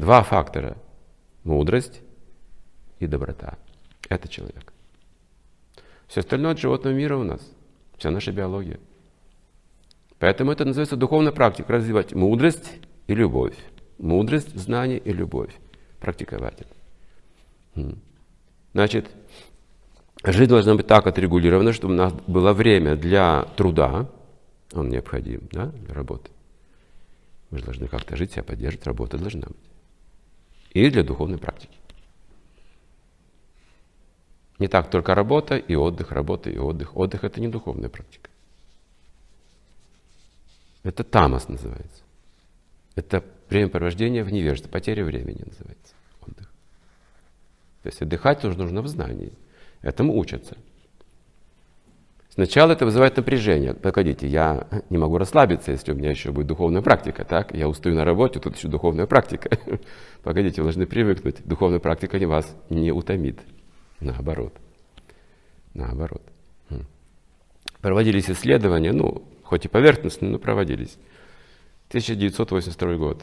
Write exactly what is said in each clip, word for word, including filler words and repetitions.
два фактора. Мудрость и доброта. Это человек. Все остальное от животного мира у нас. Вся наша биология. Поэтому это называется духовная практика. Развивать мудрость и любовь. Мудрость, знание и любовь. Практиковать это. Значит, жизнь должна быть так отрегулирована, чтобы у нас было время для труда. Он необходим, да, для работы. Мы же должны как-то жить, себя поддерживать, работа должна быть. И для духовной практики. Не так только работа и отдых, работа и отдых. Отдых — это не духовная практика. Это тамас называется. Это времяпровождение в невежестве, потеря времени называется отдых. То есть отдыхать нужно, нужно в знании. Этому учатся. Сначала это вызывает напряжение. Погодите, я не могу расслабиться, если у меня еще будет духовная практика. Так? Я устаю на работе, тут еще духовная практика. Погодите, вы должны привыкнуть. Духовная практика не вас не утомит. Наоборот. Наоборот. Проводились исследования, ну, хоть и поверхностные, но проводились. тысяча девятьсот восемьдесят второй год.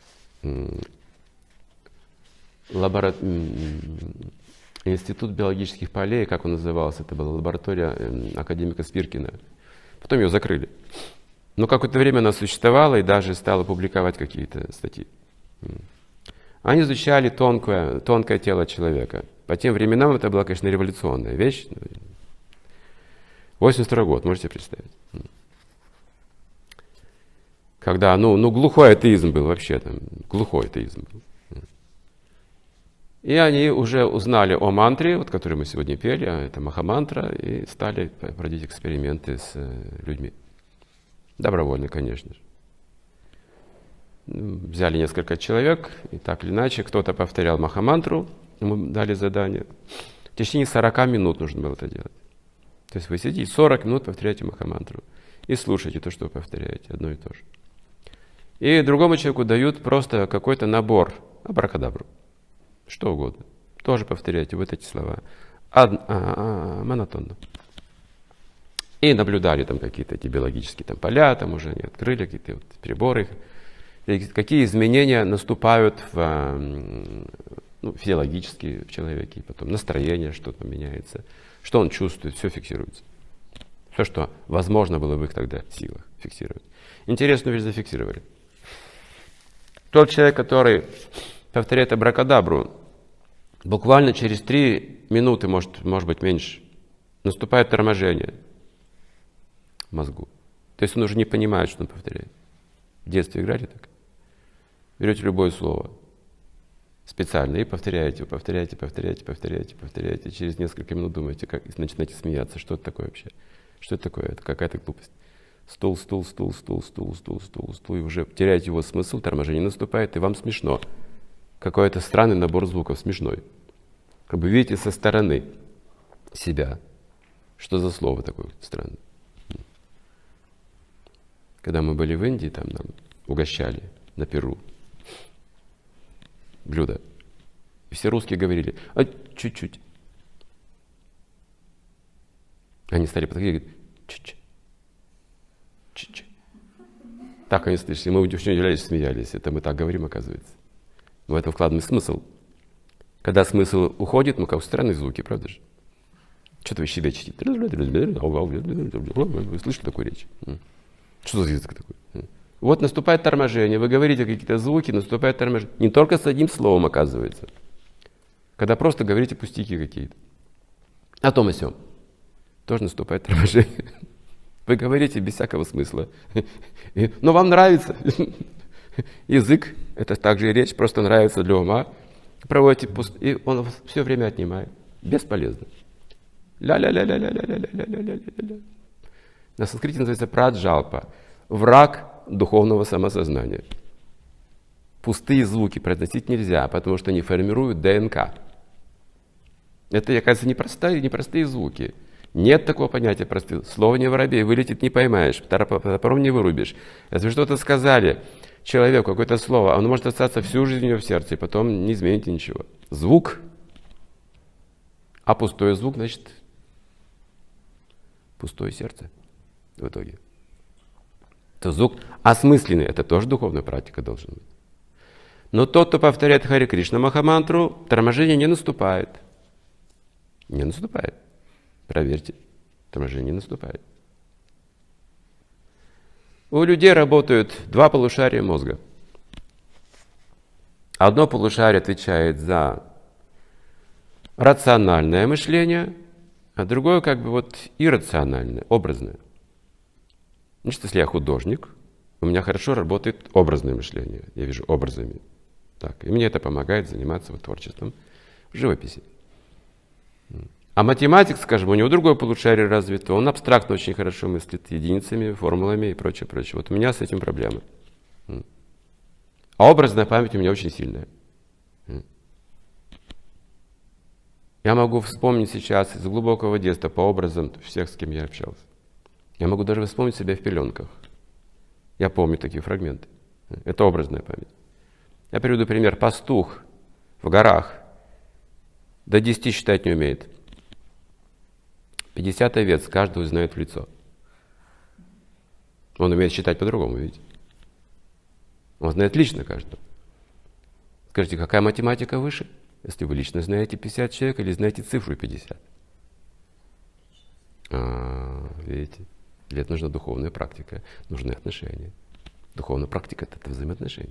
Лабора... Институт биологических полей, как он назывался, это была лаборатория академика Спиркина. Потом ее закрыли. Но какое-то время она существовала и даже стала публиковать какие-то статьи. Они изучали тонкое, тонкое тело человека. По тем временам это была, конечно, революционная вещь. восемьдесят второй год, можете представить. Когда, ну, ну глухой атеизм был вообще, там, глухой атеизм был. И они уже узнали о мантре, вот, которую мы сегодня пели, а это махамантра, и стали проводить эксперименты с людьми. Добровольно, конечно же. Взяли несколько человек, и так или иначе, кто-то повторял махамантру, ему дали задание. В течение сорока минут нужно было это делать. То есть вы сидите сорок минут, повторяете махамантру и слушаете то, что вы повторяете, одно и то же. И другому человеку дают просто какой-то набор, абракадабру. Что угодно. Тоже повторяйте вот эти слова. Ад, а, а, монотонно. И наблюдали там какие-то эти биологические там поля, там уже они открыли какие-то вот приборы. Какие изменения наступают в, ну, физиологически в человеке, потом настроение что-то меняется, что он чувствует, все фиксируется. Все, что возможно было в их тогда силах фиксировать. Интересную вещь зафиксировали. Тот человек, который повторяет абракадабру, буквально через три минуты, может, может быть меньше, наступает торможение в мозгу. То есть он уже не понимает, что он повторяет. В детстве играли так? Берете любое слово специально и повторяете, повторяете, повторяете, повторяете, повторяете. Через несколько минут думаете, как, и начинаете смеяться. Что это такое вообще? Что это такое? Это какая-то глупость. Стул, стул, стул, стул, стул, стул, стул, стул. И уже теряете его смысл, торможение наступает, и вам смешно. Какой-то странный набор звуков, смешной. Как бы видите со стороны себя. Что за слово такое странное? Когда мы были в Индии, там нам угощали на Перу блюдо. И все русские говорили, а чуть-чуть. Они стали подходить и говорят, чуть-чуть. Чуть-чуть. Так они слышали, мы очень удивлялись, смеялись. Это мы так говорим, оказывается. В этом вкладываем смысл. Когда смысл уходит, ну как странные звуки, правда же? Что-то вы щебечете. Вы слышали такую речь? Что за язык такой? Вот наступает торможение, вы говорите какие-то звуки, наступает торможение. Не только с одним словом, оказывается. Когда просто говорите пустяки какие-то. О том и сём. Тоже наступает торможение. Вы говорите без всякого смысла. Но вам нравится. Язык, это также и речь, просто нравится для ума. Проводите пуст... и он все время отнимает. Бесполезно. Ля-ля-ля-ля-ля-ля-ля-ля-ля-ля-ля. На санскрите называется праджалпа. Враг духовного самосознания. Пустые звуки произносить нельзя, потому что они формируют ДНК. Это, оказывается, непростые, непростые звуки. Нет такого понятия простых. Слово не воробей, вылетит, не поймаешь, топором не вырубишь. Если вы что-то сказали человеку, какое-то слово, оно может остаться всю жизнь у него в сердце, и потом не измените ничего. Звук, а пустой звук, значит, пустое сердце в итоге. То звук осмысленный, это тоже духовная практика должна быть. Но тот, кто повторяет Харе Кришна Махамантру, торможение не наступает. Не наступает. Проверьте, торможение не наступает. У людей работают два полушария мозга. Одно полушарие отвечает за рациональное мышление, а другое как бы вот иррациональное, образное. Значит, если я художник, у меня хорошо работает образное мышление. Я вижу образами. Так, и мне это помогает заниматься вот творчеством в живописи. А математик, скажем, у него другое полушарие развито, он абстрактно очень хорошо мыслит единицами, формулами и прочее, прочее. Вот у меня с этим проблемы. А образная память у меня очень сильная. Я могу вспомнить сейчас из глубокого детства по образам всех, с кем я общался. Я могу даже вспомнить себя в пеленках. Я помню такие фрагменты. Это образная память. Я приведу пример. Пастух в горах до десяти считать не умеет. пятьдесят овец каждого знает в лицо. Он умеет считать по-другому, видите? Он знает лично каждого. Скажите, какая математика выше? Если вы лично знаете пятьдесят человек или знаете цифру пятьдесят? А, видите? Для этого нужна духовная практика, нужны отношения. Духовная практика – это взаимоотношения.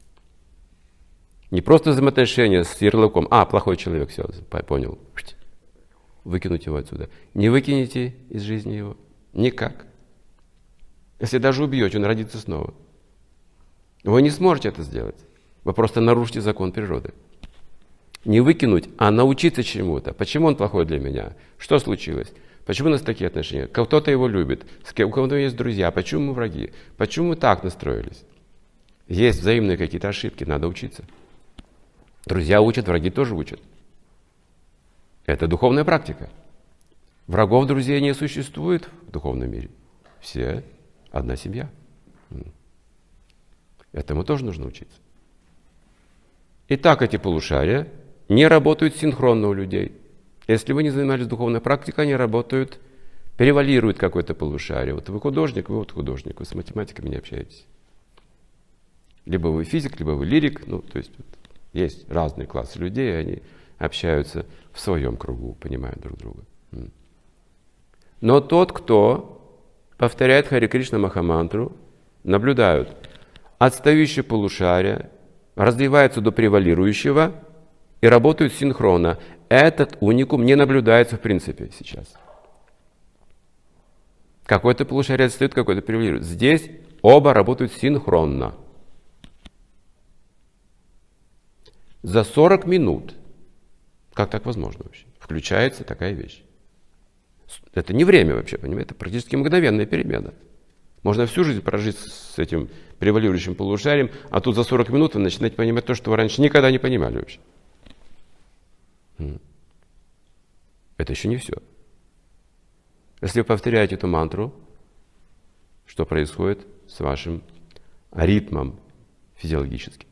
Не просто взаимоотношения с ярлыком. А, плохой человек, все, понял. Выкинуть его отсюда. Не выкинете из жизни его. Никак. Если даже убьете, он родится снова. Вы не сможете это сделать. Вы просто нарушите закон природы. Не выкинуть, а научиться чему-то. Почему он плохой для меня? Что случилось? Почему у нас такие отношения? Кто-то его любит, у кого-то есть друзья. Почему мы враги? Почему мы так настроились? Есть взаимные какие-то ошибки, надо учиться. Друзья учат, враги тоже учат. Это духовная практика. Врагов, друзей не существует в духовном мире. Все одна семья. Этому тоже нужно учиться. Итак, эти полушария не работают синхронно у людей. Если вы не занимались духовной практикой, они работают, перевалируют какое-то полушарие. Вот вы художник, вы вот художник, вы с математиками не общаетесь. Либо вы физик, либо вы лирик. Ну, то есть вот, есть разные классы людей, и они общаются в своем кругу, понимают друг друга. Но тот, кто повторяет Харе Кришна Махамантру, наблюдают, отстающее полушарие развивается до превалирующего и работают синхронно. Этот уникум не наблюдается в принципе сейчас. Какое-то полушарие отстает, какое-то превалирует. Здесь оба работают синхронно. За сорок минут, как так возможно вообще, включается такая вещь. Это не время вообще, понимаете, это практически мгновенная перемена. Можно всю жизнь прожить с этим превалирующим полушарием, а тут за сорок минут вы начинаете понимать то, что вы раньше никогда не понимали вообще. Это еще не все. Если вы повторяете эту мантру, что происходит с вашим ритмом физиологическим?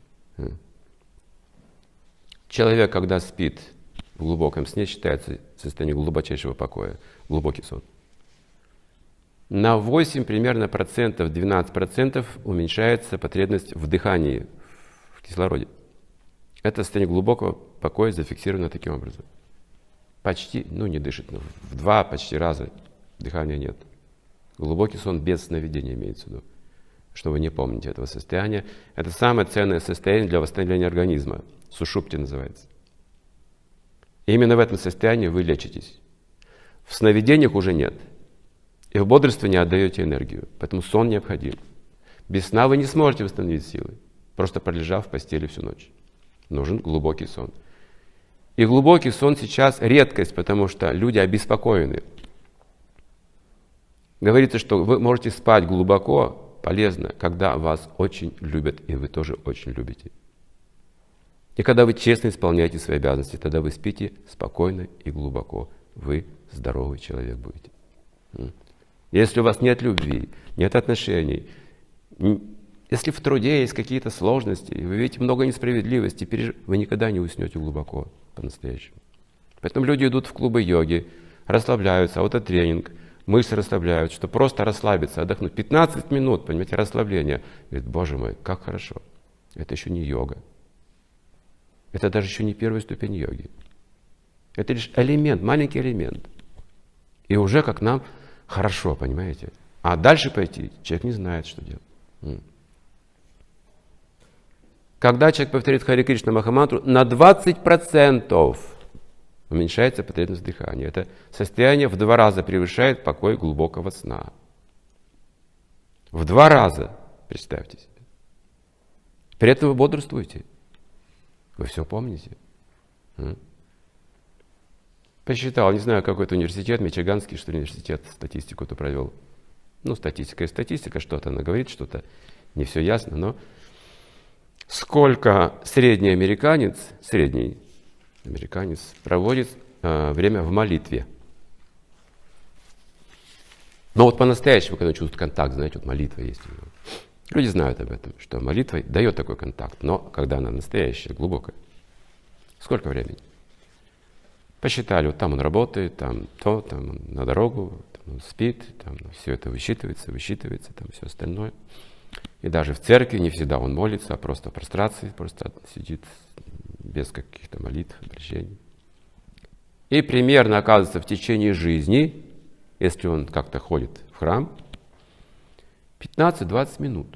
Человек, когда спит в глубоком сне, считается состояние глубочайшего покоя, глубокий сон. На восемь примерно процентов, двенадцать процентов уменьшается потребность в дыхании, в кислороде. Это состояние глубокого покоя зафиксировано таким образом. Почти, ну не дышит, но в два почти раза дыхания нет. Глубокий сон без сновидения имеется в виду. Что вы не помните этого состояния. Это самое ценное состояние для восстановления организма. Сушупти называется. И именно в этом состоянии вы лечитесь. В сновидениях уже нет. И в бодрствовании отдаете энергию. Поэтому сон необходим. Без сна вы не сможете восстановить силы, просто пролежав в постели всю ночь. Нужен глубокий сон. И глубокий сон сейчас редкость, потому что люди обеспокоены. Говорится, что вы можете спать глубоко, полезно, когда вас очень любят, и вы тоже очень любите. И когда вы честно исполняете свои обязанности, тогда вы спите спокойно и глубоко. Вы здоровый человек будете. Если у вас нет любви, нет отношений, если в труде есть какие-то сложности, вы видите много несправедливости, вы никогда не уснете глубоко, по-настоящему. Поэтому люди идут в клубы йоги, расслабляются, аутотренинг, мышцы расслабляют, чтобы просто расслабиться, отдохнуть. пятнадцать минут, понимаете, расслабления. Говорит, боже мой, как хорошо. Это еще не йога. Это даже еще не первая ступень йоги. Это лишь элемент, маленький элемент. И уже как нам хорошо, понимаете? А дальше пойти, человек не знает, что делать. Когда человек повторяет Харе Кришна Махамантру, на двадцать процентов уменьшается потребность дыхания. Это состояние в два раза превышает покой глубокого сна. В два раза, представьте себе. При этом вы бодрствуете. Вы все помните. Посчитал, не знаю, какой-то университет, Мичиганский, что ли, университет, статистику-то провел. Ну, статистика и статистика, что-то она говорит, что-то не все ясно, но сколько средний американец, средний американец проводит э, время в молитве. Но вот по-настоящему, когда он чувствует контакт, знаете, вот молитва есть у него. Люди знают об этом, что молитва дает такой контакт, но когда она настоящая, глубокая. Сколько времени? Посчитали, вот там он работает, там то, там он на дорогу, там он спит, там все это высчитывается, высчитывается, там все остальное. И даже в церкви не всегда он молится, а просто в прострации, просто сидит без каких-то молитв, обращений. И примерно, оказывается, в течение жизни, если он как-то ходит в храм, пятнадцать-двадцать минут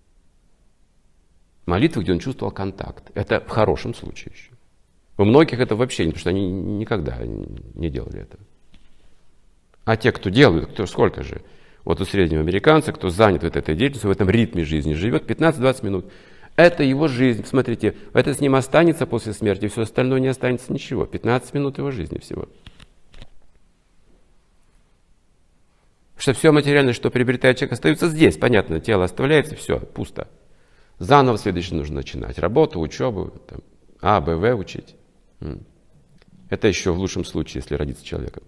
молитвы, где он чувствовал контакт. Это в хорошем случае еще. У многих это вообще не, потому что они никогда не делали этого. А те, кто делают, кто сколько же? Вот у среднего американца, кто занят вот этой деятельностью, в этом ритме жизни живет, пятнадцать-двадцать минут. Это его жизнь. Смотрите, это с ним останется после смерти, все остальное не останется ничего. пятнадцать минут его жизни всего. Что все материальное, что приобретает человек, остается здесь. Понятно, тело оставляется, все, пусто. Заново следующее нужно начинать. Работу, учебу, там, А, Б, В учить. Это еще в лучшем случае, если родиться человеком.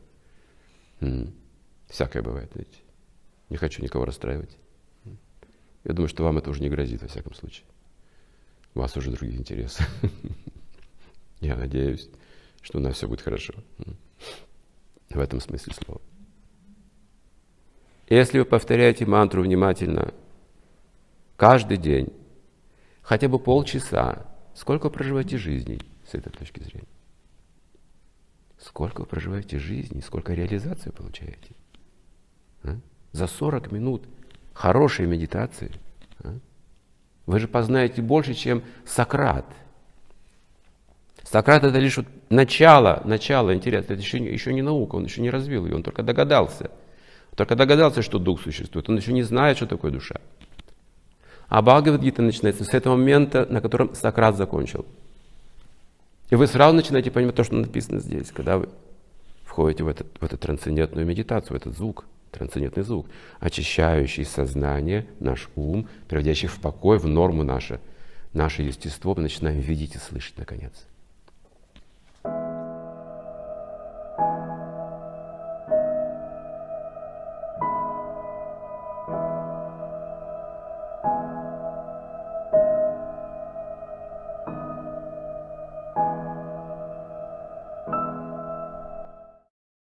Всякое бывает, видите. Не хочу никого расстраивать. Я думаю, что вам это уже не грозит, во всяком случае. У вас уже другие интересы. Я надеюсь, что у нас все будет хорошо. В этом смысле слова. Если вы повторяете мантру внимательно, каждый день, хотя бы полчаса, сколько вы проживаете жизней с этой точки зрения? Сколько вы проживаете жизни, сколько реализации вы получаете? А? За сорок минут хорошей медитации а? Вы же познаете больше, чем Сократ. Сократ — это лишь вот начало, начало, интересно, это еще, еще не наука, он еще не развил ее, он только догадался. Только догадался, что дух существует, он еще не знает, что такое душа. А Бхагавад-гита начинается с этого момента, на котором Сократ закончил. И вы сразу начинаете понимать то, что написано здесь, когда вы входите в, этот, в эту трансцендентную медитацию, в этот звук, трансцендентный звук, очищающий сознание, наш ум, приводящий в покой, в норму наше, наше естество, мы начинаем видеть и слышать наконец.